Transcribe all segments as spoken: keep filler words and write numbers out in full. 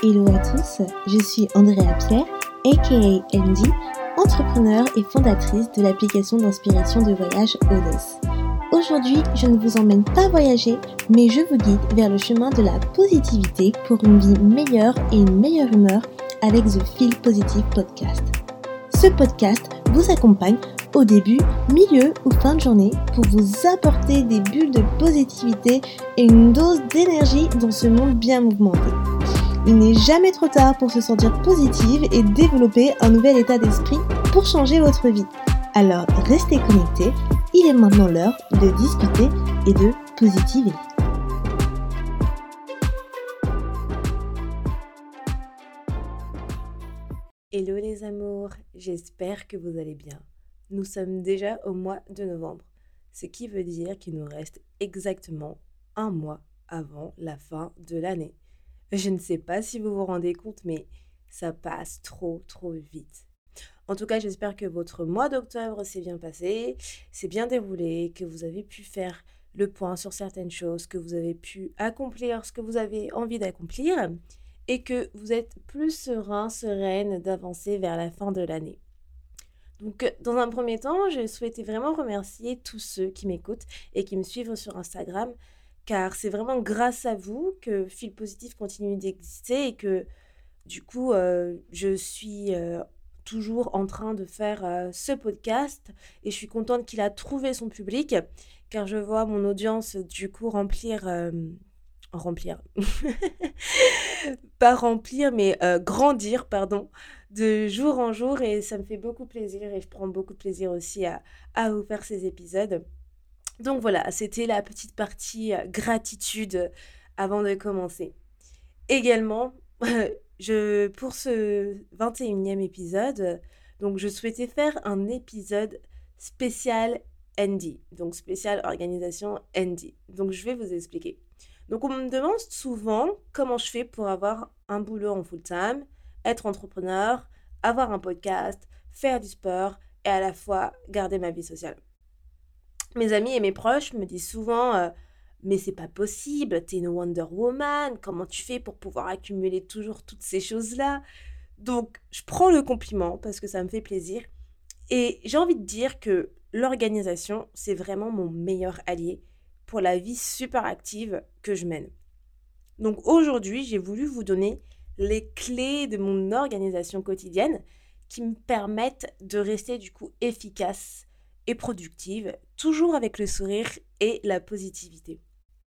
Hello à tous, je suis Andrea Pierre, aka Andy, entrepreneur et fondatrice de l'application d'inspiration de voyage Odes. Aujourd'hui, je ne vous emmène pas voyager, mais je vous guide vers le chemin de la positivité pour une vie meilleure et une meilleure humeur avec The Feel Positive Podcast. Ce podcast vous accompagne au début, milieu ou fin de journée pour vous apporter des bulles de positivité et une dose d'énergie dans ce monde bien mouvementé. Il n'est jamais trop tard pour se sentir positive et développer un nouvel état d'esprit pour changer votre vie. Alors restez connectés, il est maintenant l'heure de discuter et de positiver. Hello les amours, j'espère que vous allez bien. Nous sommes déjà au mois de novembre, ce qui veut dire qu'il nous reste exactement un mois avant la fin de l'année. Je ne sais pas si vous vous rendez compte, mais ça passe trop trop vite. En tout cas, j'espère que votre mois d'octobre s'est bien passé, s'est bien déroulé, que vous avez pu faire le point sur certaines choses, que vous avez pu accomplir ce que vous avez envie d'accomplir et que vous êtes plus serein, sereine d'avancer vers la fin de l'année. Donc, dans un premier temps, je souhaitais vraiment remercier tous ceux qui m'écoutent et qui me suivent sur Instagram, car c'est vraiment grâce à vous que Feel Positive continue d'exister et que, du coup, euh, je suis euh, toujours en train de faire euh, ce podcast et je suis contente qu'il a trouvé son public, car je vois mon audience, du coup, remplir... euh, remplir... pas remplir, mais euh, grandir, pardon, de jour en jour et ça me fait beaucoup plaisir et je prends beaucoup de plaisir aussi à, à vous faire ces épisodes. Donc voilà, c'était la petite partie euh, gratitude euh, avant de commencer. Également, je, pour ce vingt et unième épisode, euh, donc je souhaitais faire un épisode spécial Andy, donc spécial organisation Andy. Donc je vais vous expliquer. Donc on me demande souvent comment je fais pour avoir un boulot en full-time, être entrepreneur, avoir un podcast, faire du sport et à la fois garder ma vie sociale. Mes amis et mes proches me disent souvent euh, mais c'est pas possible, t'es une Wonder Woman, comment tu fais pour pouvoir accumuler toujours toutes ces choses-là? Donc je prends le compliment parce que ça me fait plaisir et j'ai envie de dire que l'organisation, c'est vraiment mon meilleur allié pour la vie super active que je mène. Donc aujourd'hui, j'ai voulu vous donner les clés de mon organisation quotidienne qui me permettent de rester du coup efficace et productive, toujours avec le sourire et la positivité.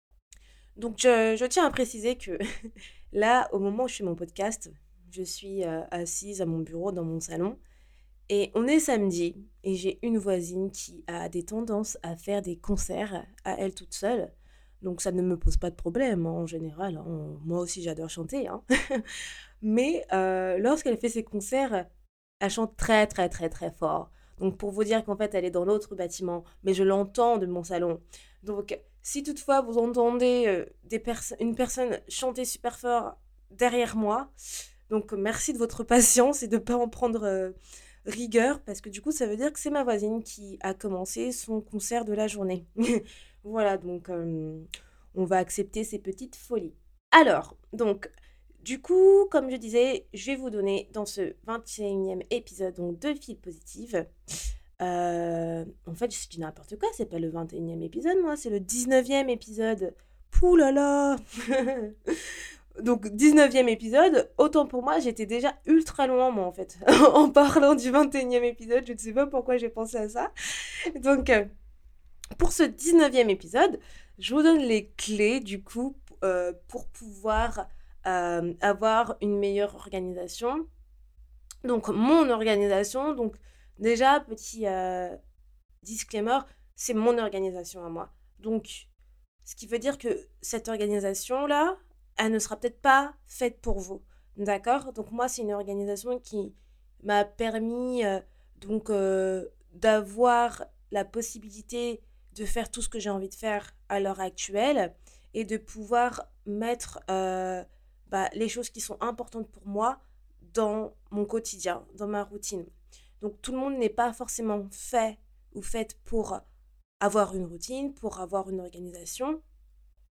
Donc je, je tiens à préciser que là, au moment où je fais mon podcast, je suis euh, assise à mon bureau dans mon salon et on est samedi et j'ai une voisine qui a des tendances à faire des concerts à elle toute seule. Donc ça ne me pose pas de problème hein, en général. Hein. Moi aussi j'adore chanter. Hein. Mais euh, lorsqu'elle fait ses concerts, elle chante très très très très fort. Donc pour vous dire qu'en fait elle est dans l'autre bâtiment, mais je l'entends de mon salon. Donc si toutefois vous entendez euh, des pers- une personne chanter super fort derrière moi, donc merci de votre patience et de ne pas en prendre... euh, rigueur parce que du coup ça veut dire que c'est ma voisine qui a commencé son concert de la journée. Voilà donc euh, on va accepter ces petites folies. Alors donc du coup comme je disais je vais vous donner dans ce vingt et unième épisode donc de Feel Positive euh, en fait je dis n'importe quoi, c'est pas le vingt et unième épisode moi c'est le dix-neuvième épisode. Pouh là là. Donc, dix-neuvième épisode, autant pour moi, j'étais déjà ultra loin, moi, en fait. En parlant du vingt et unième épisode, je ne sais pas pourquoi j'ai pensé à ça. Donc, euh, pour ce dix-neuvième épisode, je vous donne les clés, du coup, euh, pour pouvoir euh, avoir une meilleure organisation. Donc, mon organisation, donc, déjà, petit euh, disclaimer, c'est mon organisation à moi. Donc, ce qui veut dire que cette organisation-là, elle ne sera peut-être pas faite pour vous. D'accord? Donc moi, c'est une organisation qui m'a permis euh, donc euh, d'avoir la possibilité de faire tout ce que j'ai envie de faire à l'heure actuelle et de pouvoir mettre euh, bah, les choses qui sont importantes pour moi dans mon quotidien, dans ma routine. Donc tout le monde n'est pas forcément fait ou faite pour avoir une routine, pour avoir une organisation.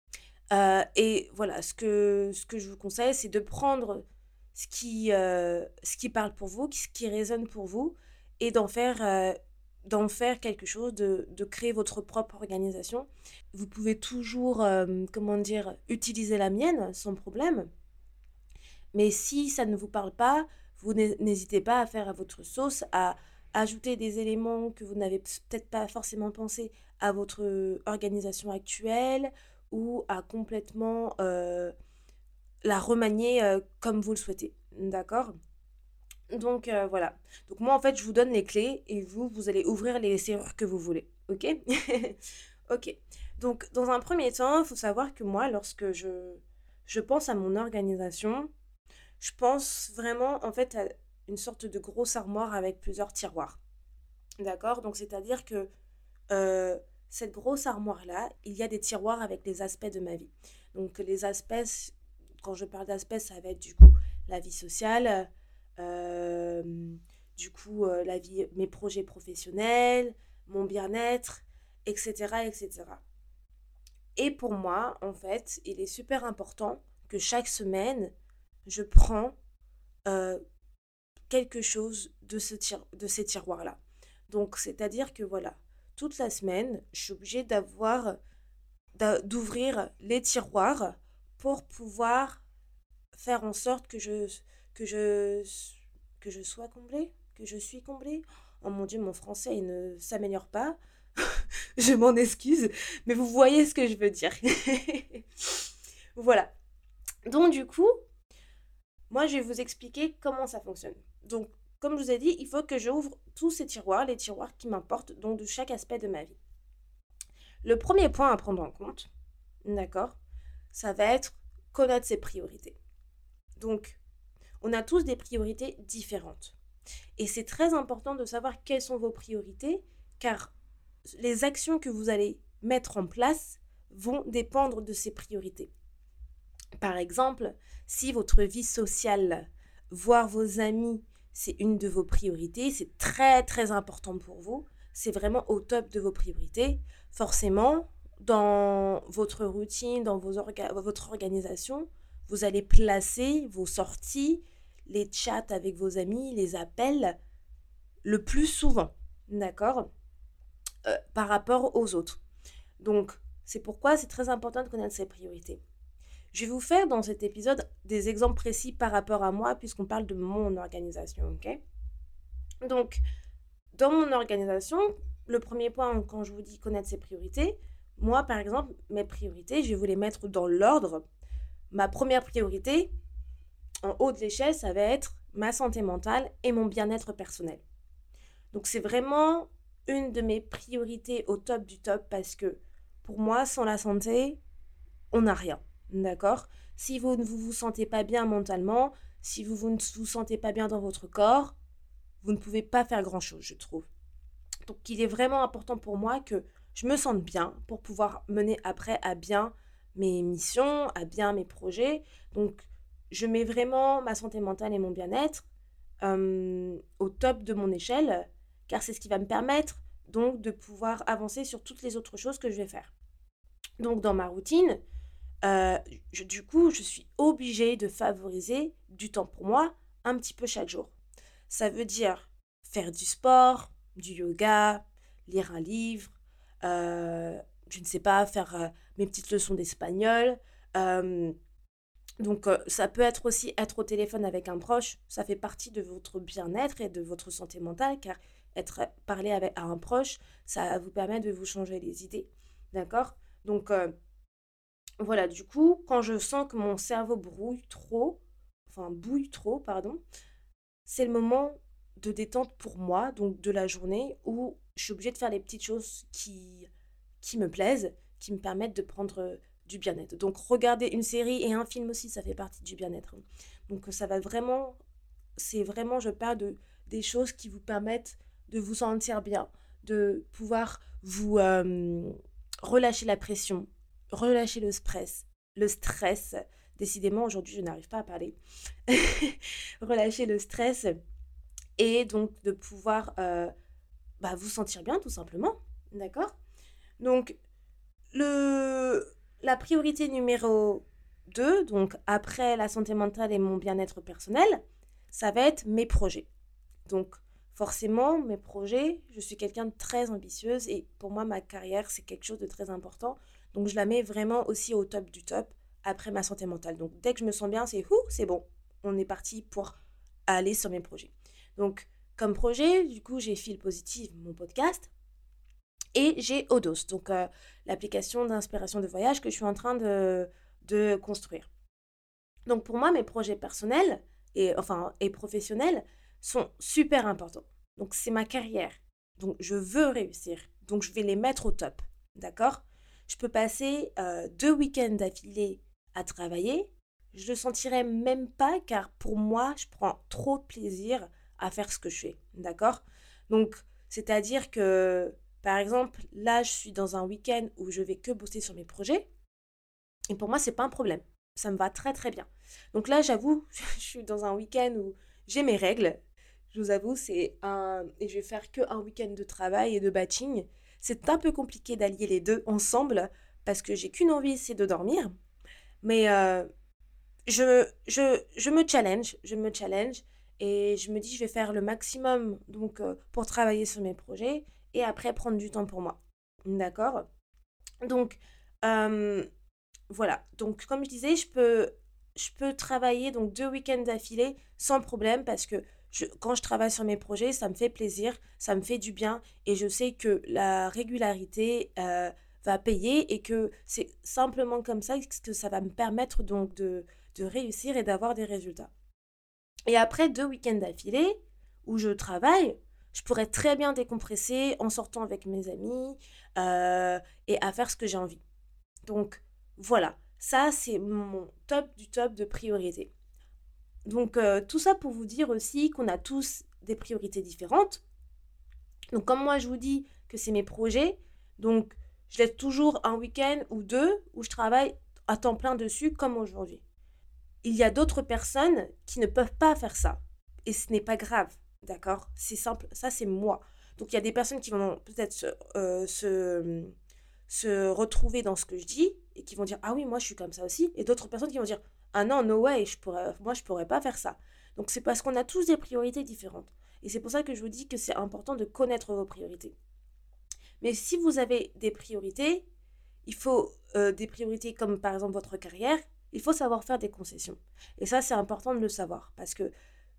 Heu et voilà, ce que ce que je vous conseille, c'est de prendre ce qui, heu, ce qui parle pour vous, ce qui résonne pour vous et d'en faire, heu, d'en faire quelque chose, de de créer votre propre organisation. Vous pouvez toujours, hem, comment dire? Utiliser la mienne sans problème, mais si ça ne vous parle pas, vous n'hé n'hésitez pas à faire à votre sauce, à ajouter des éléments que vous n'avez ps peut-être pas forcément pensé à votre, heu, organisation actuelle ou à complètement, heu, la remanier, heu, comme vous le souhaitez. D'accord? Donc heu, voilà. Donc moi, en fait, je vous donne les clés et vous, vous allez ouvrir les serrures que vous voulez. OK? OK. Donc dans un premier temps, il faut savoir que moi, lorsque je je pense à mon organisation, je pense vraiment, en fait, à une sorte de grosse armoire avec plusieurs tiroirs. D'accord? Donc c'est-à-dire que, heu, cette grosse armoire-là, il y a des tiroirs avec les aspects de ma vie. Donc les aspects, s quand je parle d'aspects, ça va être du coup la vie sociale, hem, du coup, heu, la vie mes projets professionnels, mon bien-être et cetera et cetera. Et pour moi, en fait, il est super important que chaque semaine, je prends, heu quelque chose de ce tir de ces tiroirs-là. Donc c'est-à-dire que voilà, toute la semaine, je suis obligée d'avoir d'a d'ouvrir les tiroirs pour pouvoir faire en sorte que je que je que je sois comblée, que je suis comblée. Oh mon Dieu, mon français, il ne s'améliore pas. Je m'en excuse, mais vous voyez ce que je veux dire. Voilà. Donc du coup, moi, je vais vous expliquer comment ça fonctionne. Donc, comme je vous ai dit, il faut que j'ouvre tous ces tiroirs, les tiroirs qui m'importent, donc de chaque aspect de ma vie. Le premier point à prendre en compte, d'accord, ça va être connaître ses priorités. Donc, on a tous des priorités différentes. Et c'est très important de savoir quelles sont vos priorités, car les actions que vous allez mettre en place vont dépendre de ces priorités. Par exemple, si votre vie sociale, voir vos amis, c'est une de vos priorités, c'est très très important pour vous, c'est vraiment au top de vos priorités, forcément, dans votre routine, dans vos orga- votre organisation, vous allez placer vos sorties, les chats avec vos amis, les appels, le plus souvent, d'accord, Euh, par rapport aux autres. Donc, c'est pourquoi c'est très important de connaître ses priorités. Je vais vous faire dans cet épisode des exemples précis par rapport à moi, puisqu'on parle de mon organisation, ok? Donc, dans mon organisation, le premier point, quand je vous dis connaître ses priorités, moi, par exemple, mes priorités, je vais vous les mettre dans l'ordre. Ma première priorité, en haut de l'échelle, ça va être ma santé mentale et mon bien-être personnel. Donc, c'est vraiment une de mes priorités au top du top parce que pour moi, sans la santé, on n'a rien. D'accord? Si vous ne vous, vous sentez pas bien mentalement, si vous, vous ne vous sentez pas bien dans votre corps, vous ne pouvez pas faire grand-chose, je trouve. Donc il est vraiment important pour moi que je me sente bien pour pouvoir mener après à bien mes missions, à bien mes projets. Donc je mets vraiment ma santé mentale et mon bien-être euh, au top de mon échelle, car c'est ce qui va me permettre donc de pouvoir avancer sur toutes les autres choses que je vais faire. Donc dans ma routine, euh, je- du coup, je suis obligée de favoriser du temps pour moi un petit peu chaque jour. Ça veut dire faire du sport, du yoga, lire un livre, euh, je ne sais pas, faire euh, mes petites leçons d'espagnol. Euh, donc, euh, ça peut être aussi être au téléphone avec un proche. Ça fait partie de votre bien-être et de votre santé mentale, car être parler avec à un proche, ça vous permet de vous changer les idées. D'accord? Donc, euh, voilà, du coup, quand je sens que mon cerveau brouille trop, enfin bouille trop, pardon, c'est le moment de détente pour moi, donc de la journée, où je suis obligée de faire les petites choses qui, qui me plaisent, qui me permettent de prendre euh, du bien-être. Donc regarder une série et un film aussi, ça fait partie du bien-être. Donc ça va vraiment, c'est vraiment, je parle de, des choses qui vous permettent de vous sentir bien, de pouvoir vous euh, relâcher la pression, relâcher le stress, le stress. Décidément, aujourd'hui, je n'arrive pas à parler. Relâcher le stress et donc de pouvoir euh, bah, vous sentir bien tout simplement. D'accord? Donc, le... la priorité numéro deux, donc après la santé mentale et mon bien-être personnel, ça va être mes projets. Donc, forcément, mes projets, je suis quelqu'un de très ambitieuse et pour moi, ma carrière, c'est quelque chose de très important. Donc, je la mets vraiment aussi au top du top après ma santé mentale. Donc, dès que je me sens bien, c'est ouh, c'est bon, on est parti pour aller sur mes projets. Donc, comme projet, du coup, j'ai Feel Positive, mon podcast, et j'ai Odos, donc euh, l'application d'inspiration de voyage que je suis en train de, de construire. Donc, pour moi, mes projets personnels et, enfin, et professionnels sont super importants. Donc, c'est ma carrière. Donc, je veux réussir. Donc, je vais les mettre au top. D'accord? Je peux passer euh, deux week-ends d'affilée à travailler. Je ne le sentirai même pas car pour moi, je prends trop de plaisir à faire ce que je fais. D'accord? Donc, c'est-à-dire que, par exemple, là, je suis dans un week-end où je vais que bosser sur mes projets. Et pour moi, c'est pas un problème. Ça me va très très bien. Donc là, j'avoue, je suis dans un week-end où j'ai mes règles. Je vous avoue, c'est un... Et je vais faire que un week-end de travail et de batching. C'est un peu compliqué d'allier les deux ensemble parce que j'ai qu'une envie, c'est de dormir. Mais euh, je, je, je me challenge, je me challenge et je me dis je vais faire le maximum donc euh, pour travailler sur mes projets et après prendre du temps pour moi. D'accord? Donc, euh, voilà, donc comme je disais, je peux, je peux travailler donc deux week-ends d'affilée sans problème parce que je, quand je travaille sur mes projets, ça me fait plaisir, ça me fait du bien et je sais que la régularité euh, va payer et que c'est simplement comme ça que ça va me permettre donc de, de réussir et d'avoir des résultats. Et après deux week-ends d'affilée où je travaille, je pourrais très bien décompresser en sortant avec mes amis euh, et à faire ce que j'ai envie. Donc voilà, ça c'est mon top du top de priorité. Donc euh, tout ça pour vous dire aussi qu'on a tous des priorités différentes. Donc comme moi je vous dis que c'est mes projets, donc je laisse toujours un week-end ou deux où je travaille à temps plein dessus comme aujourd'hui. Il y a d'autres personnes qui ne peuvent pas faire ça et ce n'est pas grave, d'accord? C'est simple, ça c'est moi. Donc il y a des personnes qui vont peut-être se, euh, se se retrouver dans ce que je dis et qui vont dire ah oui moi je suis comme ça aussi et d'autres personnes qui vont dire ah non no way je pourrais moi je pourrais pas faire ça. Donc c'est parce qu'on a tous des priorités différentes et c'est pour ça que je vous dis que c'est important de connaître vos priorités. Mais si vous avez des priorités, il faut euh, des priorités comme par exemple votre carrière, il faut savoir faire des concessions et ça c'est important de le savoir parce que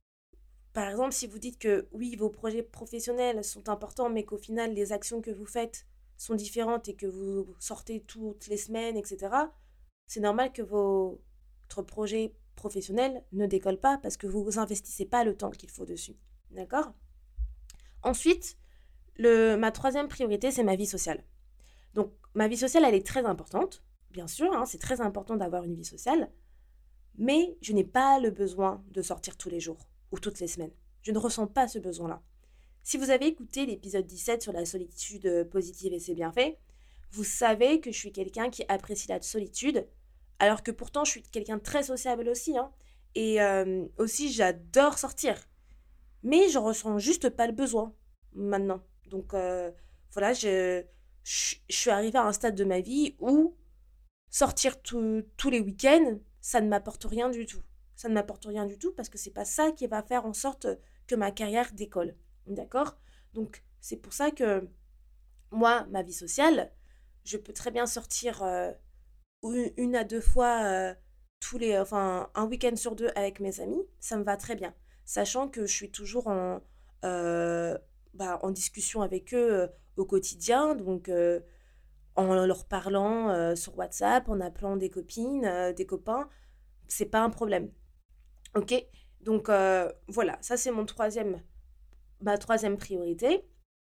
par exemple, si vous dites que oui, vos projets professionnels sont importants, mais qu'au final, les actions que vous faites sont différentes et que vous sortez toutes les semaines, et cetera, c'est normal que vos- votre projet professionnel ne décolle pas parce que vous investissez pas le temps qu'il faut dessus. D'accord? Ensuite, le, ma troisième priorité, c'est ma vie sociale. Donc, ma vie sociale, elle est très importante, bien sûr, hein, c'est très important d'avoir une vie sociale, mais je n'ai pas le besoin de sortir tous les jours ou toutes les semaines. Je ne ressens pas ce besoin-là. Si vous avez écouté l'épisode dix-sept sur la solitude positive et ses bienfaits, vous savez que je suis quelqu'un qui apprécie la solitude, alors que pourtant je suis quelqu'un de très sociable aussi. Hein. Et euh, aussi j'adore sortir. Mais je ressens juste pas le besoin maintenant. Donc euh, voilà, je, je, je suis arrivée à un stade de ma vie où sortir tout- tous les week-ends, ça ne m'apporte rien du tout. Ça ne m'apporte rien du tout parce que c'est pas ça qui va faire en sorte que ma carrière décolle. D'accord? Donc, c'est pour ça que moi, ma vie sociale, je peux très bien sortir euh, une, une à deux fois euh, tous les, enfin, un week-end sur deux avec mes amis. Ça me va très bien. Sachant que je suis toujours en, euh, bah, en discussion avec eux euh, au quotidien. Donc, euh, en leur parlant euh, sur WhatsApp, en appelant des copines, euh, des copains, c'est pas un problème. Ok? Donc euh, voilà, ça c'est mon troisième, ma troisième priorité.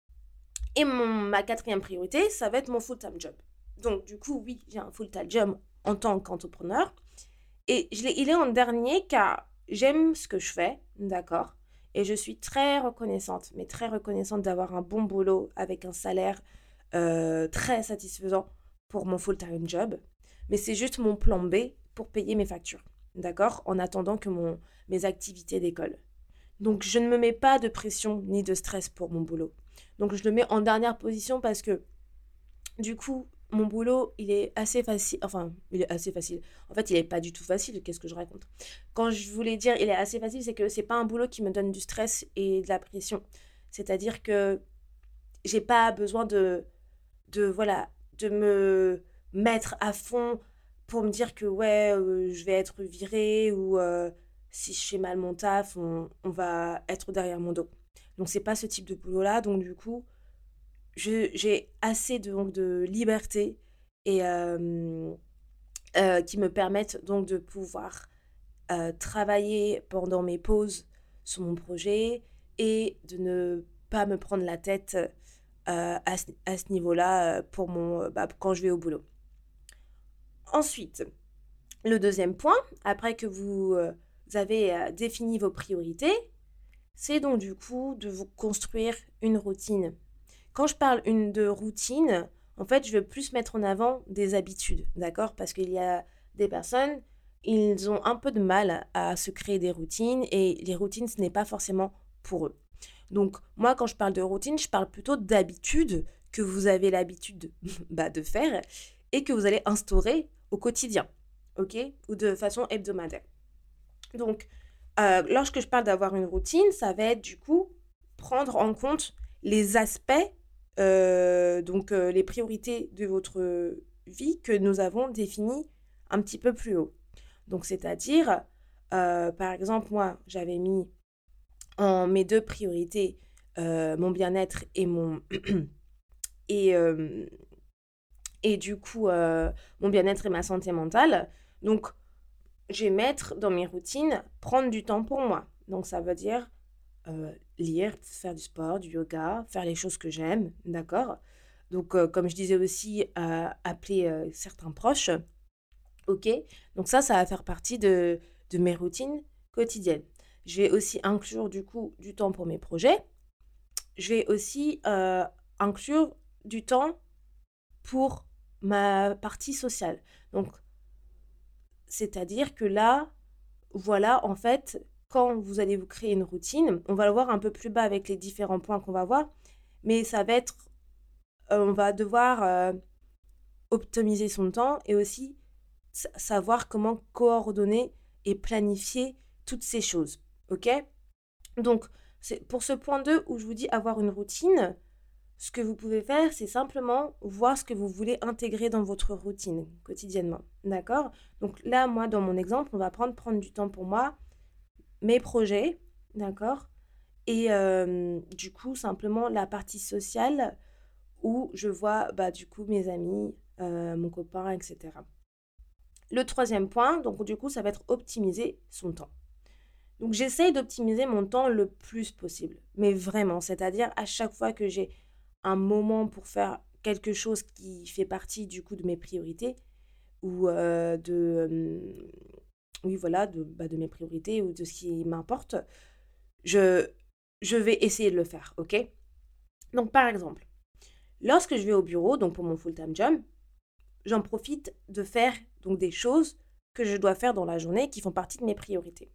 Et mon, ma quatrième priorité, ça va être mon full-time job. Donc du coup, oui, j'ai un full-time job en tant qu'entrepreneur. Et je l'ai, il est en dernier car j'aime ce que je fais, d'accord? Et je suis très reconnaissante, mais très reconnaissante d'avoir un bon boulot avec un salaire euh, très satisfaisant pour mon full-time job. Mais c'est juste mon plan B pour payer mes factures, d'accord? En attendant que mon, mes activités décollent. Donc je ne me mets pas de pression ni de stress pour mon boulot. Donc je le mets en dernière position parce que du coup, mon boulot, il est assez facile. Enfin, il est assez facile. En fait, il est pas du tout facile. Qu'est-ce que je raconte? Quand je voulais dire il est assez facile, c'est que c'est pas un boulot qui me donne du stress et de la pression. C'est-à-dire que j'ai pas besoin de, de, voilà, de me mettre à fond pour me dire que ouais, euh, je vais être virée ou euh, si je fais mal mon taf, on, on va être derrière mon dos. Donc, c'est pas ce type de boulot-là. Donc, du coup, je- j'ai assez de, donc, de liberté et euh, euh, qui me permettent donc de pouvoir euh, travailler pendant mes pauses sur mon projet et de ne pas me prendre la tête euh, à, ce, à ce niveau-là euh, pour mon, euh, bah, quand je vais au boulot. Ensuite, le deuxième point, après que vous, euh, vous avez euh, défini vos priorités, c'est donc du coup de vous construire une routine. Quand je parle une de routine, en fait, je veux plus mettre en avant des habitudes, d'accord? Parce qu'il y a des personnes, ils ont un peu de mal à se créer des routines et les routines, ce n'est pas forcément pour eux. Donc, moi, quand je parle de routine, je parle plutôt d'habitudes que vous avez l'habitude de, bah, de faire et que vous allez instaurer au quotidien, ok? Ou de façon hebdomadaire. Donc, euh, lorsque je parle d'avoir une routine, ça va être du coup prendre en compte les aspects, euh, donc euh, les priorités de votre vie que nous avons définies un petit peu plus haut. Donc, c'est-à-dire, euh, par exemple, moi, j'avais mis en mes deux priorités euh, mon bien-être et mon et euh, et du coup euh, mon bien-être et ma santé mentale. Donc, je vais mettre dans mes routines prendre du temps pour moi. Donc, ça veut dire euh, lire, faire du sport, du yoga, faire les choses que j'aime, d'accord? Donc, euh, comme je disais aussi, euh, appeler euh, certains proches, ok? Donc ça, ça va faire partie de, de mes routines quotidiennes. Je vais aussi inclure du coup du temps pour mes projets. Je vais aussi euh, inclure du temps pour ma partie sociale. Donc, c'est-à-dire que là, voilà, en fait, quand vous allez vous créer une routine, on va le voir un peu plus bas avec les différents points qu'on va voir, mais ça va être, euh, on va devoir euh, optimiser son temps et aussi sa- savoir comment coordonner et planifier toutes ces choses. Ok? Donc, c'est pour ce point deux où je vous dis avoir une routine, ce que vous pouvez faire, c'est simplement voir ce que vous voulez intégrer dans votre routine quotidiennement. D'accord? Donc là, moi, dans mon exemple, on va prendre prendre du temps pour moi, mes projets, d'accord? Et euh, du coup, simplement la partie sociale où je vois bah, du coup mes amis, euh, mon copain, et cetera. Le troisième point, donc du coup, ça va être optimiser son temps. Donc j'essaye d'optimiser mon temps le plus possible, mais vraiment, c'est-à-dire à chaque fois que j'ai un moment pour faire quelque chose qui fait partie du coup de mes priorités ou euh, de, euh, oui voilà, de, bah, de mes priorités ou de ce qui m'importe, je, je vais essayer de le faire, ok? Donc par exemple, lorsque je vais au bureau, donc pour mon full-time job, j'en profite de faire donc des choses que je dois faire dans la journée qui font partie de mes priorités.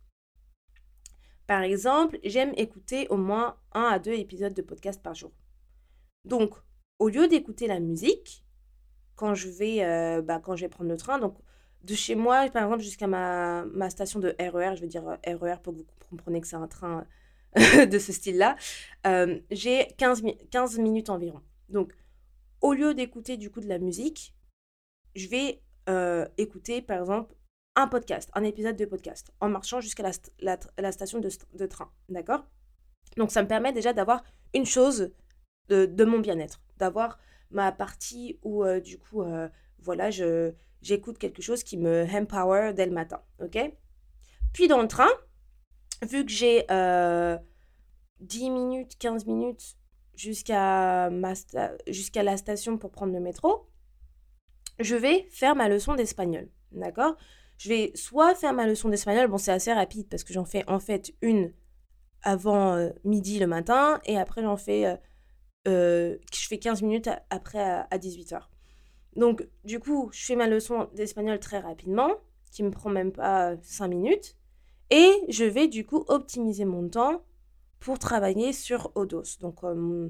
Par exemple, j'aime écouter au moins un à deux épisodes de podcast par jour. Donc, au lieu d'écouter la musique, quand je vais, euh, bah, quand je vais prendre le train, donc de chez moi, par exemple, jusqu'à ma, ma station de R E R, je veux dire euh, R E R pour que vous compreniez que c'est un train de ce style-là, euh, j'ai quinze, mi- quinze minutes environ. Donc, au lieu d'écouter du coup de la musique, je vais euh, écouter, par exemple, un podcast, un épisode de podcast, en marchant jusqu'à la, st- la, la station de, st- de train, d'accord? Donc, ça me permet déjà d'avoir une chose de, de mon bien-être, d'avoir ma partie où, euh, du coup, euh, voilà, je, j'écoute quelque chose qui me empower dès le matin, ok? Puis dans le train, vu que j'ai euh, dix minutes, quinze minutes jusqu'à, ma sta- jusqu'à la station pour prendre le métro, je vais faire ma leçon d'espagnol, d'accord? Je vais soit faire ma leçon d'espagnol, bon c'est assez rapide parce que j'en fais en fait une avant euh, midi le matin et après j'en fais, euh, euh, je fais quinze minutes a- après à, à dix-huit heures. Donc du coup, je fais ma leçon d'espagnol très rapidement, qui me prend même pas cinq minutes, et je vais du coup optimiser mon temps pour travailler sur Odos. Donc euh,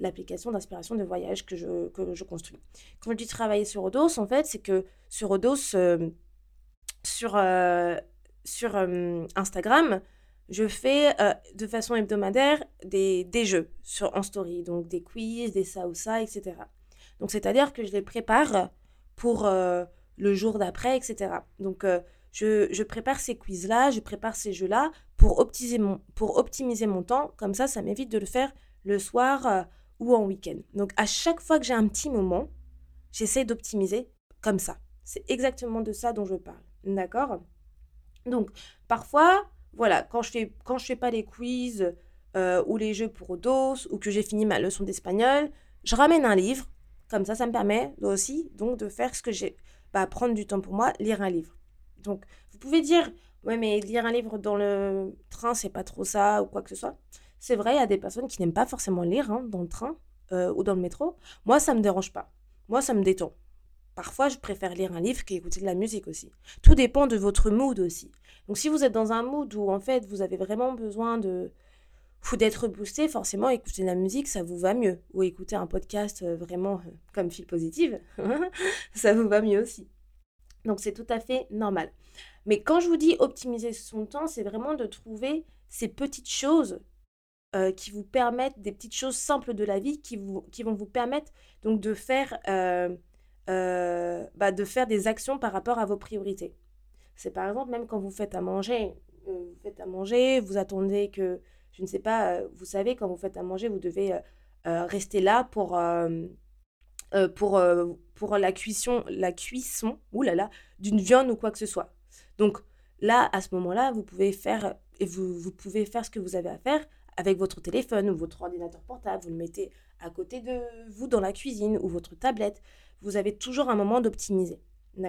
l'application d'inspiration de voyage que je, que je construis. Quand je dis travailler sur Odos, en fait, c'est que sur Odos, euh, sur, euh, sur euh, Instagram, je fais euh, de façon hebdomadaire des, des jeux sur, en story, donc des quiz, des ça ou ça, et cetera. Donc, c'est-à-dire que je les prépare pour euh, le jour d'après, et cetera. Donc, euh, je, je prépare ces quiz-là, je prépare ces jeux-là pour optimiser mon, pour optimiser mon temps. Comme ça, ça m'évite de le faire le soir euh, ou en week-end. Donc, à chaque fois que j'ai un petit moment, j'essaie d'optimiser comme ça. C'est exactement de ça dont je parle. D'accord? Donc, parfois, voilà, quand je fais, quand je fais pas les quiz euh, ou les jeux pour Odos ou que j'ai fini ma leçon d'espagnol, je ramène un livre. Comme ça, ça me permet aussi donc de faire ce que j'ai, bah, prendre du temps pour moi, lire un livre. Donc, vous pouvez dire, ouais, mais lire un livre dans le train, c'est pas trop ça ou quoi que ce soit. C'est vrai, il y a des personnes qui n'aiment pas forcément lire hein, dans le train euh, ou dans le métro. Moi, ça me dérange pas. Moi, ça me détend. Parfois, je préfère lire un livre qu'écouter de la musique aussi. Tout dépend de votre mood aussi. Donc, si vous êtes dans un mood où, en fait, vous avez vraiment besoin de ou d'être boosté, forcément, écouter de la musique, ça vous va mieux. Ou écouter un podcast euh, vraiment euh, comme Feel Positive, ça vous va mieux aussi. Donc, c'est tout à fait normal. Mais quand je vous dis optimiser son temps, c'est vraiment de trouver ces petites choses euh, qui vous permettent, des petites choses simples de la vie qui, vous, qui vont vous permettre donc de faire... Euh, euh, bah, de faire des actions par rapport à vos priorités. C'est par exemple, même quand vous faites à manger, euh, vous faites à manger, vous attendez que, je ne sais pas, euh, vous savez, quand vous faites à manger, vous devez euh, euh, rester là pour, euh, euh, pour, euh, pour la cuisson, la cuisson oulala, d'une viande ou quoi que ce soit. Donc là, à ce moment-là, vous pouvez faire, et vous, vous pouvez faire ce que vous avez à faire avec votre téléphone ou votre ordinateur portable. Vous le mettez à côté de vous dans la cuisine ou votre tablette. Vous avez toujours un moment d'optimiser. D'accord ?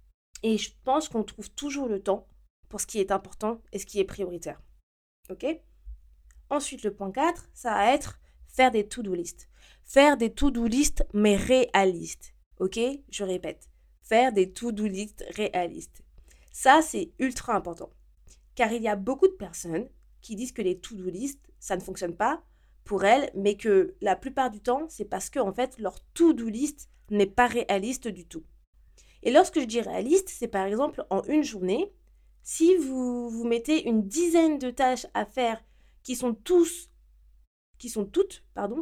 Et je pense qu'on trouve toujours le temps pour ce qui est important et ce qui est prioritaire. Ok ? Ensuite, le point quatre, ça va être faire des to-do list. Faire des to-do list, mais réalistes. Ok ? Je répète. Faire des to-do list réalistes. Ça, c'est ultra important. Car il y a beaucoup de personnes qui disent que les to-do list, ça ne fonctionne pas pour elles, mais que la plupart du temps, c'est parce que en fait, leur to-do list n'est pas réaliste du tout. Et lorsque je dis réaliste, c'est par exemple en une journée, si vous vous mettez une dizaine de tâches à faire qui sont tous, qui sont toutes, pardon,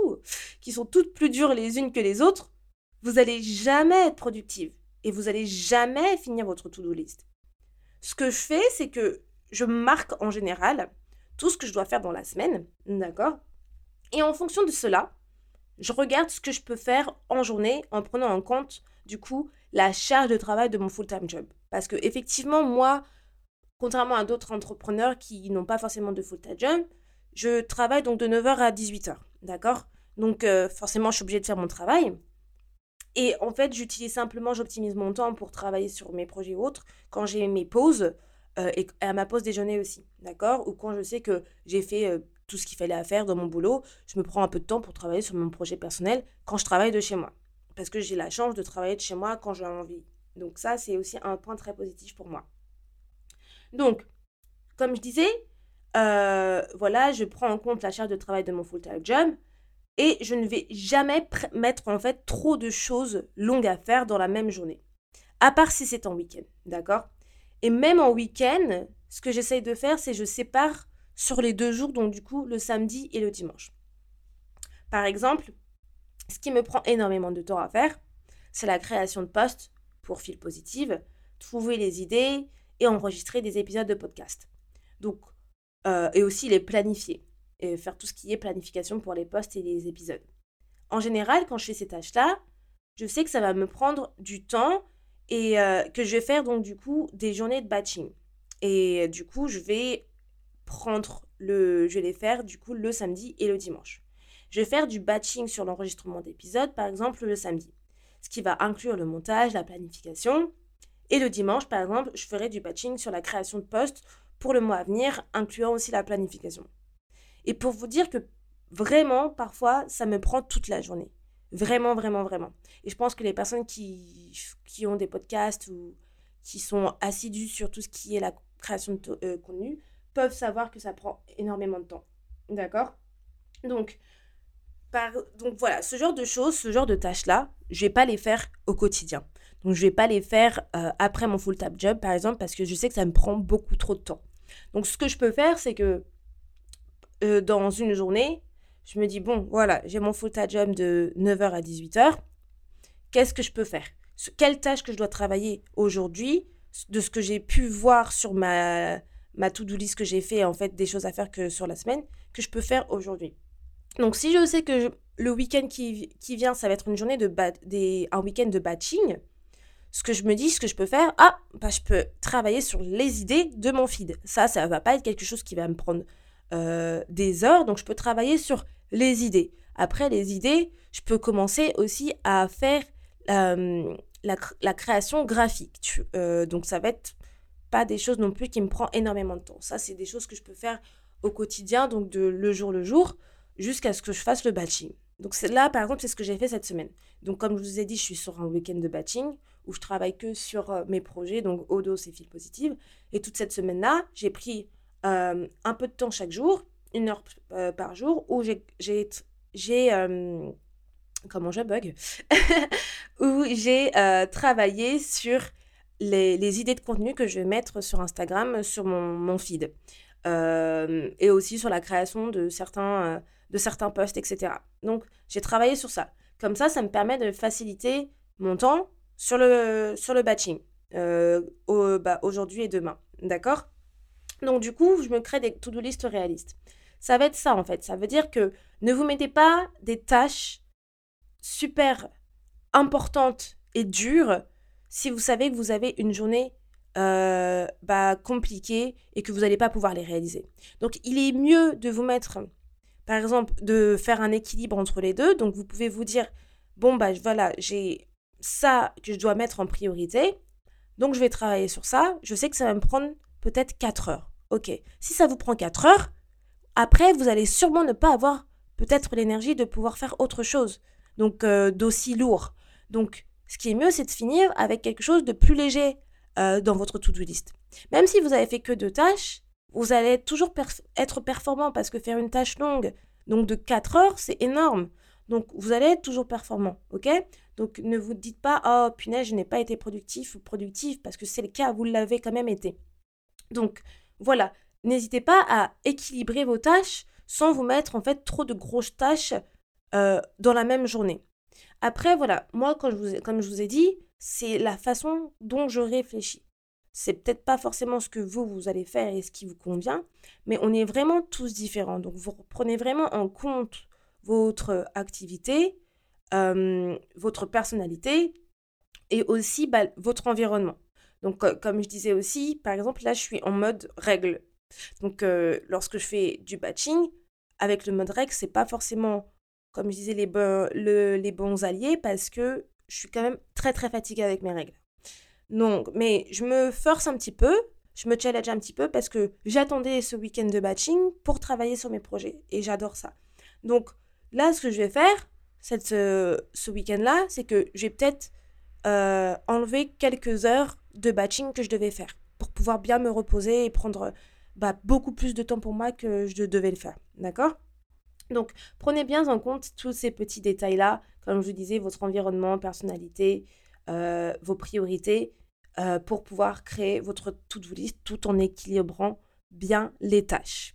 qui sont toutes plus dures les unes que les autres, vous n'allez jamais être productive et vous n'allez jamais finir votre to-do list. Ce que je fais, c'est que je marque en général tout ce que je dois faire dans la semaine, d'accord ? Et en fonction de cela, je regarde ce que je peux faire en journée en prenant en compte, du coup, la charge de travail de mon full-time job. Parce que effectivement, moi, contrairement à d'autres entrepreneurs qui n'ont pas forcément de full-time job, je travaille donc de neuf heures à dix-huit heures, d'accord ? Donc, euh, forcément, je suis obligée de faire mon travail. Et en fait, j'utilise simplement, j'optimise mon temps pour travailler sur mes projets ou autres quand j'ai mes pauses euh, et à ma pause déjeuner aussi, d'accord ? Ou quand je sais que j'ai fait euh, tout ce qu'il fallait à faire dans mon boulot, je me prends un peu de temps pour travailler sur mon projet personnel quand je travaille de chez moi. Parce que j'ai la chance de travailler de chez moi quand j'ai envie. Donc ça, c'est aussi un point très positif pour moi. Donc, comme je disais, euh, voilà, je prends en compte la charge de travail de mon full-time job. Et je ne vais jamais pr- mettre en fait trop de choses longues à faire dans la même journée. À part si c'est en week-end, d'accord ? Et même en week-end, ce que j'essaye de faire, c'est que je sépare sur les deux jours, donc du coup le samedi et le dimanche. Par exemple, ce qui me prend énormément de temps à faire, c'est la création de posts pour Feel Positive, trouver les idées et enregistrer des épisodes de podcast. Donc, euh, et aussi les planifier. Et faire tout ce qui est planification pour les posts et les épisodes. En général, quand je fais ces tâches-là, je sais que ça va me prendre du temps et euh, que je vais faire donc du coup des journées de batching. Et euh, du coup, je vais prendre le, je vais les faire du coup le samedi et le dimanche. Je vais faire du batching sur l'enregistrement d'épisodes, par exemple le samedi, ce qui va inclure le montage, la planification. Et le dimanche, par exemple, je ferai du batching sur la création de posts pour le mois à venir, incluant aussi la planification. Et pour vous dire que vraiment, parfois, ça me prend toute la journée. Vraiment, vraiment, vraiment. Et je pense que les personnes qui, qui ont des podcasts ou qui sont assidus sur tout ce qui est la création de to- euh, contenu peuvent savoir que ça prend énormément de temps. D'accord ? Donc, par... Donc voilà, ce genre de choses, ce genre de tâches-là, je vais pas les faire au quotidien. Donc je vais pas les faire euh, après mon full-time job, par exemple, parce que je sais que ça me prend beaucoup trop de temps. Donc ce que je peux faire, c'est que euh, dans une journée, je me dis, bon, voilà, j'ai mon full-time job de neuf heures à dix-huit heures. Qu'est-ce que je peux faire? Quelle tâche que je dois travailler aujourd'hui, de ce que j'ai pu voir sur ma, ma to-do list que j'ai fait, en fait, des choses à faire que sur la semaine, que je peux faire aujourd'hui. Donc, si je sais que je- le week-end qui, qui vient, ça va être une journée de ba- des, un week-end de batching, ce que je me dis, ce que je peux faire, ah, bah, je peux travailler sur les idées de mon feed. Ça, ça va pas être quelque chose qui va me prendre euh, des heures, donc je peux travailler sur les idées. Après, les idées, je peux commencer aussi à faire euh, la, la création graphique. Tu- euh, donc, ça va être pas des choses non plus qui me prend énormément de temps. Ça, c'est des choses que je peux faire au quotidien, donc de le jour le jour, jusqu'à ce que je fasse le batching. Donc c'est là, par exemple, c'est ce que j'ai fait cette semaine. Donc comme je vous ai dit, je suis sur un week-end de batching où je travaille que sur euh, mes projets, donc Odos et Fil Positive. Et toute cette semaine-là, j'ai pris euh, un peu de temps chaque jour, une heure euh, par jour, où j'ai, j'ai, j'ai euh, comment je bug, où j'ai euh, travaillé sur les, les idées de contenu que je vais mettre sur Instagram, sur mon, mon feed. Euh, et aussi sur la création de certains, euh, de certains posts, et cetera. Donc, j'ai travaillé sur ça. Comme ça, ça me permet de faciliter mon temps sur le, sur le batching, euh, au- bah, aujourd'hui et demain. D'accord? Donc, du coup, je me crée des to-do list réalistes. Ça va être ça, en fait. Ça veut dire que ne vous mettez pas des tâches super importante et dure si vous savez que vous avez une journée euh, bah, compliquée et que vous n'allez pas pouvoir les réaliser. Donc, il est mieux de vous mettre, par exemple, de faire un équilibre entre les deux. Donc, vous pouvez vous dire, bon, bah voilà, j'ai ça que je dois mettre en priorité. Donc, je vais travailler sur ça. Je sais que ça va me prendre peut-être quatre heures. Ok. Si ça vous prend quatre heures, après, vous allez sûrement ne pas avoir peut-être l'énergie de pouvoir faire autre chose, donc euh, d'aussi lourd. Donc, ce qui est mieux, c'est de finir avec quelque chose de plus léger euh, dans votre to-do list. Même si vous avez fait que deux tâches, vous allez toujours perf- être performant parce que faire une tâche longue, donc de quatre heures, c'est énorme. Donc, vous allez être toujours performant, ok? Donc, ne vous dites pas, oh punaise, je n'ai pas été productif ou productive, parce que c'est le cas, vous l'avez quand même été. Donc, voilà, n'hésitez pas à équilibrer vos tâches sans vous mettre en fait trop de grosses tâches euh, dans la même journée. Après, voilà, moi, quand je vous ai- comme je vous ai dit, c'est la façon dont je réfléchis. C'est peut-être pas forcément ce que vous, vous allez faire et ce qui vous convient, mais on est vraiment tous différents. Donc, vous prenez vraiment en compte votre activité, euh, votre personnalité et aussi bah, votre environnement. Donc, co- comme je disais aussi, par exemple, là, je suis en mode règle. Donc, euh, lorsque je fais du batching, avec le mode règle, c'est pas forcément, comme je disais, les, bons- le- les bons alliés parce que je suis quand même très, très fatiguée avec mes règles. Donc, mais je me force un petit peu, je me challenge un petit peu parce que j'attendais ce week-end de batching pour travailler sur mes projets et j'adore ça. Donc, là, ce que je vais faire, cette, ce, ce week-end-là, c'est que je vais peut-être euh, enlever quelques heures de batching que je devais faire pour pouvoir bien me reposer et prendre bah, beaucoup plus de temps pour moi que je devais le faire. D'accord? Donc, prenez bien en compte tous ces petits détails-là, comme je vous disais, votre environnement, personnalité, euh, vos priorités, euh, pour pouvoir créer votre to-do list tout en équilibrant bien les tâches.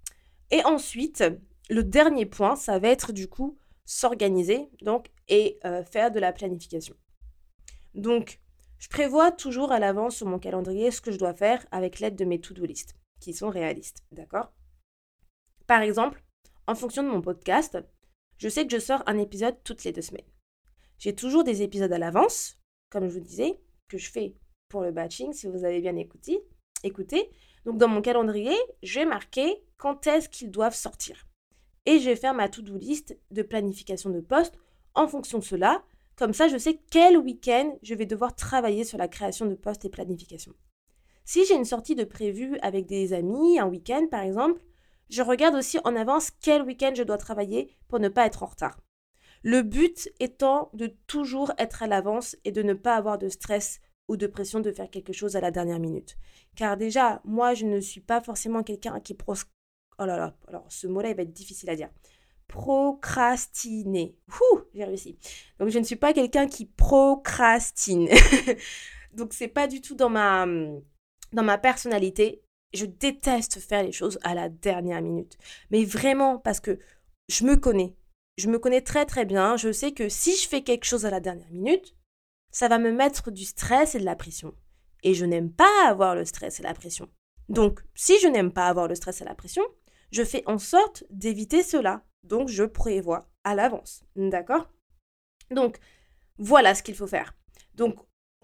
Et ensuite, le dernier point, ça va être du coup s'organiser donc et euh, faire de la planification. Donc, je prévois toujours à l'avance sur mon calendrier ce que je dois faire avec l'aide de mes to-do list, qui sont réalistes, d'accord? Par exemple, en fonction de mon podcast, je sais que je sors un épisode toutes les deux semaines. J'ai toujours des épisodes à l'avance, comme je vous disais, que je fais pour le batching, si vous avez bien écouté. écouté. Donc, dans mon calendrier, je vais marquer quand est-ce qu'ils doivent sortir. Et je vais faire ma to-do list de planification de poste en fonction de cela. Comme ça, je sais quel week-end je vais devoir travailler sur la création de postes et planification. Si j'ai une sortie de prévue avec des amis, un week-end par exemple, je regarde aussi en avance quel week-end je dois travailler pour ne pas être en retard. Le but étant de toujours être à l'avance et de ne pas avoir de stress ou de pression de faire quelque chose à la dernière minute. Car déjà, moi, je ne suis pas forcément quelqu'un qui... Pros... Oh là là, alors ce mot-là, il va être difficile à dire. procrastiner. Ouh, j'ai réussi. Donc, je ne suis pas quelqu'un qui procrastine. Donc, c'est pas du tout dans ma, dans ma personnalité. Je déteste faire les choses à la dernière minute. Mais vraiment, parce que je me connais. Je me connais très très bien. Je sais que si je fais quelque chose à la dernière minute, ça va me mettre du stress et de la pression. Et je n'aime pas avoir le stress et la pression. Donc, si je n'aime pas avoir le stress et la pression, je fais en sorte d'éviter cela. Donc, je prévois à l'avance. D'accord ? Donc, voilà ce qu'il faut faire. Donc,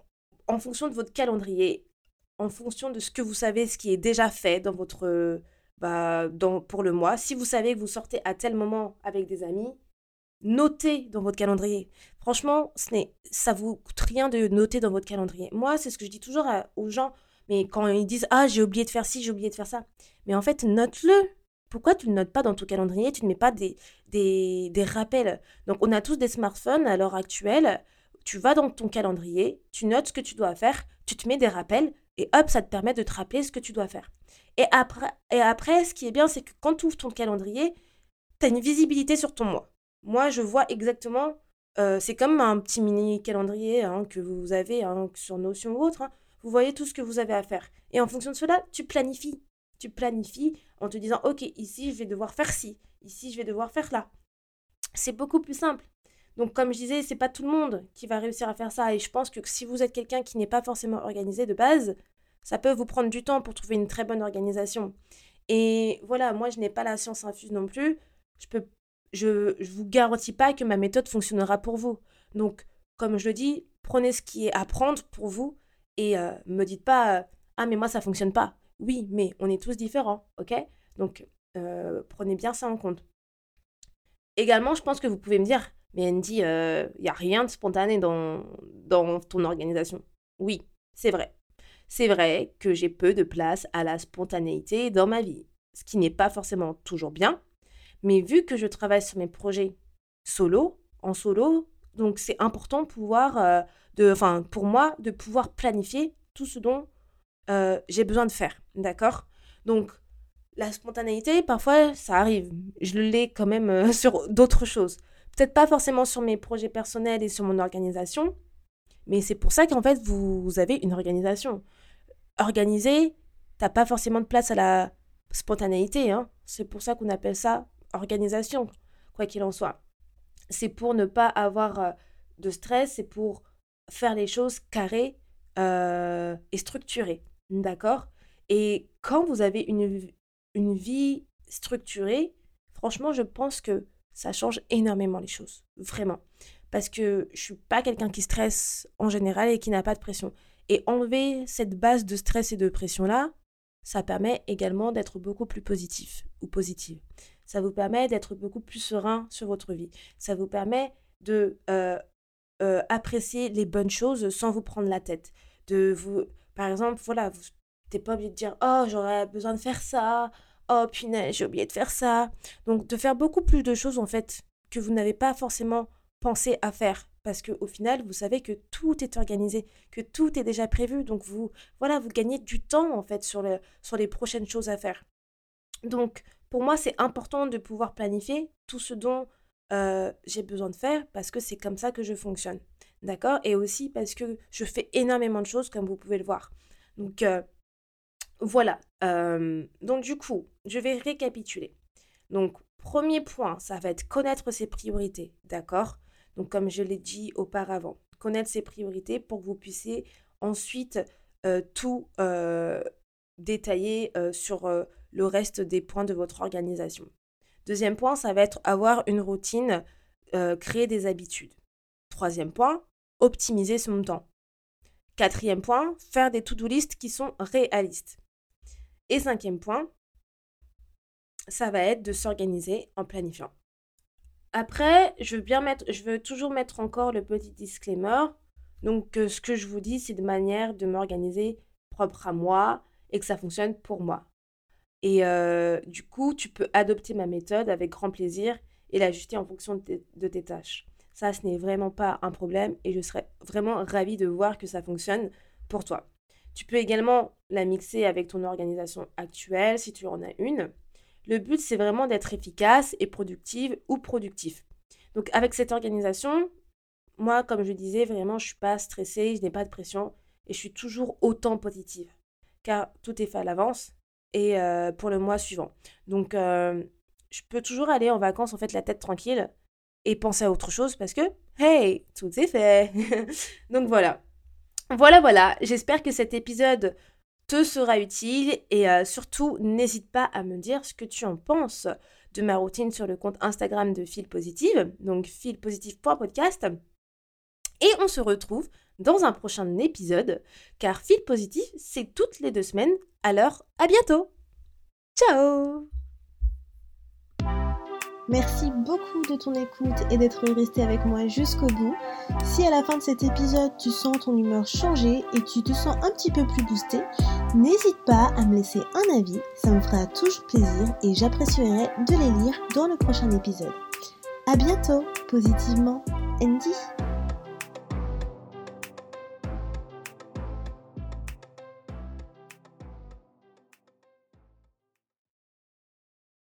en fonction de votre calendrier, en fonction de ce que vous savez, ce qui est déjà fait dans votre, euh, bah, dans, pour le mois, si vous savez que vous sortez à tel moment avec des amis, notez dans votre calendrier. Franchement, ce n'est, ça vous coûte rien de noter dans votre calendrier. Moi, c'est ce que je dis toujours à- aux gens, mais quand ils disent « Ah, j'ai oublié de faire ci, j'ai oublié de faire ça », mais en fait, note-le. Pourquoi tu ne le notes pas dans ton calendrier? Tu ne mets pas des, des, des rappels. Donc, on a tous des smartphones à l'heure actuelle. Tu vas dans ton calendrier, tu notes ce que tu dois faire, tu te mets des rappels, et hop, ça te permet de te rappeler ce que tu dois faire. Et après, et après ce qui est bien, c'est que quand tu ouvres ton calendrier, tu as une visibilité sur ton mois. Moi, je vois exactement, euh, c'est comme un petit mini calendrier hein, que vous avez hein, sur Notion ou autre. Hein. Vous voyez tout ce que vous avez à faire. Et en fonction de cela, tu planifies. Tu planifies en te disant, ok, ici, je vais devoir faire ci. Ici, je vais devoir faire là. C'est beaucoup plus simple. Donc, comme je disais, c'est pas tout le monde qui va réussir à faire ça. Et je pense que si vous êtes quelqu'un qui n'est pas forcément organisé de base, ça peut vous prendre du temps pour trouver une très bonne organisation. Et voilà, moi, je n'ai pas la science infuse non plus. Je peux, je, je vous garantis pas que ma méthode fonctionnera pour vous. Donc, comme je le dis, prenez ce qui est à prendre pour vous et euh, me dites pas, euh, ah, mais moi, ça fonctionne pas. Oui, mais on est tous différents, ok? Donc, euh, prenez bien ça en compte. Également, je pense que vous pouvez me dire, mais Andy, il euh, n'y a rien de spontané dans, dans ton organisation. Oui, c'est vrai. C'est vrai que j'ai peu de place à la spontanéité dans ma vie, ce qui n'est pas forcément toujours bien, mais vu que je travaille sur mes projets solo, en solo, donc c'est important de pouvoir, euh, de, enfin pour moi, de pouvoir planifier tout ce dont euh, j'ai besoin de faire, d'accord? Donc la spontanéité, parfois, ça arrive. Je l'ai quand même euh, sur d'autres choses. Peut-être pas forcément sur mes projets personnels et sur mon organisation, mais c'est pour ça qu'en fait, vous, vous avez une organisation. Organisé, t'as pas forcément de place à la spontanéité. Hein. C'est pour ça qu'on appelle ça organisation, quoi qu'il en soit. C'est pour ne pas avoir euh, de stress, c'est pour faire les choses carrées euh, et structurées. D'accord? Et quand vous avez une, une vie structurée, franchement, je pense que ça change énormément les choses. Vraiment. Parce que je suis pas quelqu'un qui stresse en général et qui n'a pas de pression. Et enlever cette base de stress et de pression-là, ça permet également d'être beaucoup plus positif ou positive. Ça vous permet d'être beaucoup plus serein sur votre vie. Ça vous permet de euh, euh, apprécier les bonnes choses sans vous prendre la tête. De vous, par exemple, voilà, vous n'êtes pas obligé de dire «Oh, j'aurais besoin de faire ça. Oh, punaise, j'ai oublié de faire ça.» Donc, de faire beaucoup plus de choses, en fait, que vous n'avez pas forcément pensé à faire. Parce qu'au final, vous savez que tout est organisé, que tout est déjà prévu. Donc, vous, voilà, vous gagnez du temps, en fait, sur, le, sur les prochaines choses à faire. Donc, pour moi, c'est important de pouvoir planifier tout ce dont euh, j'ai besoin de faire parce que c'est comme ça que je fonctionne. D'accord? Et aussi parce que je fais énormément de choses, comme vous pouvez le voir. Donc, euh, voilà. Euh, donc, du coup, je vais récapituler. Donc, premier point, ça va être connaître ses priorités. D'accord? Donc, comme je l'ai dit auparavant, connaître ses priorités pour que vous puissiez ensuite euh, tout euh, détailler euh, sur euh, le reste des points de votre organisation. Deuxième point, ça va être avoir une routine, euh, créer des habitudes. Troisième point, optimiser son temps. Quatrième point, faire des to-do list qui sont réalistes. Et cinquième point, ça va être de s'organiser en planifiant. Après, je veux bien mettre, je veux toujours mettre encore le petit disclaimer. Donc, euh, ce que je vous dis, c'est de manière de m'organiser propre à moi et que ça fonctionne pour moi. Et euh, du coup, tu peux adopter ma méthode avec grand plaisir et l'ajuster en fonction de tes, de tes tâches. Ça, ce n'est vraiment pas un problème et je serais vraiment ravie de voir que ça fonctionne pour toi. Tu peux également la mixer avec ton organisation actuelle si tu en as une. Le but, c'est vraiment d'être efficace et productive ou productif. Donc, avec cette organisation, moi, comme je disais, vraiment, je ne suis pas stressée, je n'ai pas de pression et je suis toujours autant positive. Car tout est fait à l'avance et euh, pour le mois suivant. Donc, euh, je peux toujours aller en vacances, en fait, la tête tranquille et penser à autre chose parce que, hey, tout est fait. Donc, voilà. Voilà, voilà. J'espère que cet épisode te sera utile et euh, surtout, n'hésite pas à me dire ce que tu en penses de ma routine sur le compte Instagram de Feel Positive, donc feel positive point podcast. Et on se retrouve dans un prochain épisode, car Feel Positive, c'est toutes les deux semaines. Alors, à bientôt. Ciao. Merci beaucoup de ton écoute et d'être resté avec moi jusqu'au bout. Si à la fin de cet épisode, tu sens ton humeur changer et tu te sens un petit peu plus boosté, n'hésite pas à me laisser un avis, ça me fera toujours plaisir et j'apprécierai de les lire dans le prochain épisode. À bientôt, positivement, Andy.